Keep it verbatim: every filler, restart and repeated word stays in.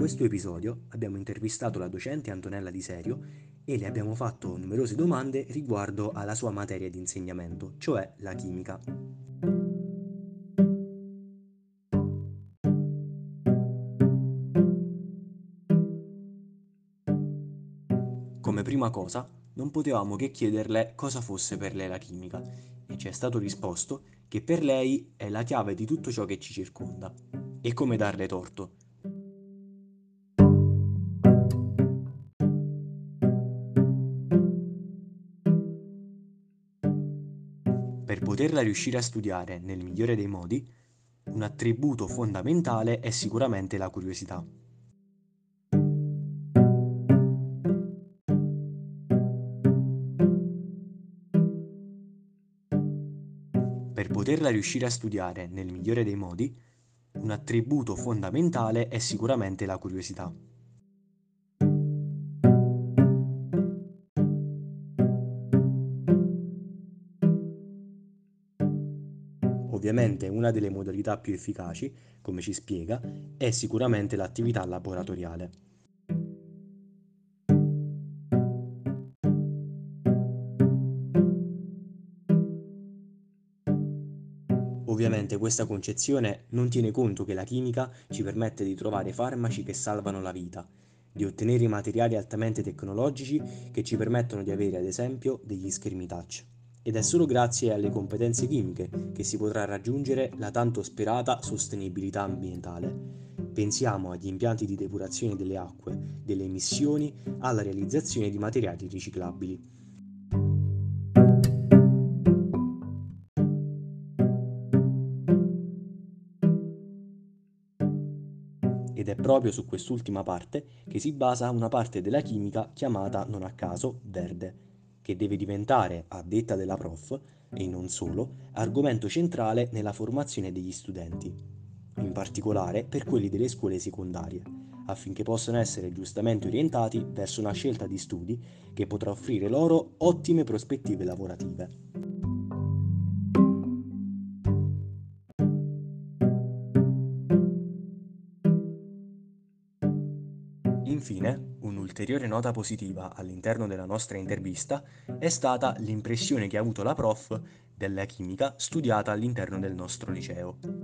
questo episodio abbiamo intervistato la docente Antonella Di Serio e le abbiamo fatto numerose domande riguardo alla sua materia di insegnamento, cioè la chimica. Come prima cosa, non potevamo che chiederle cosa fosse per lei la chimica e ci è stato risposto che per lei è la chiave di tutto ciò che ci circonda. E come darle torto? Per poterla riuscire a studiare nel migliore dei modi, un attributo fondamentale è sicuramente la curiosità. Per poterla riuscire a studiare nel migliore dei modi, un attributo fondamentale è sicuramente la curiosità. Ovviamente una delle modalità più efficaci, come ci spiega, è sicuramente l'attività laboratoriale. Ovviamente questa concezione non tiene conto che la chimica ci permette di trovare farmaci che salvano la vita, di ottenere materiali altamente tecnologici che ci permettono di avere ad esempio degli schermi touch. Ed è solo grazie alle competenze chimiche che si potrà raggiungere la tanto sperata sostenibilità ambientale. Pensiamo agli impianti di depurazione delle acque, delle emissioni, alla realizzazione di materiali riciclabili. Ed è proprio su quest'ultima parte che si basa una parte della chimica chiamata non a caso verde, che deve diventare, a detta della prof, e non solo, argomento centrale nella formazione degli studenti, in particolare per quelli delle scuole secondarie, affinché possano essere giustamente orientati verso una scelta di studi che potrà offrire loro ottime prospettive lavorative. Infine, un'ulteriore nota positiva all'interno della nostra intervista è stata l'impressione che ha avuto la prof della chimica studiata all'interno del nostro liceo.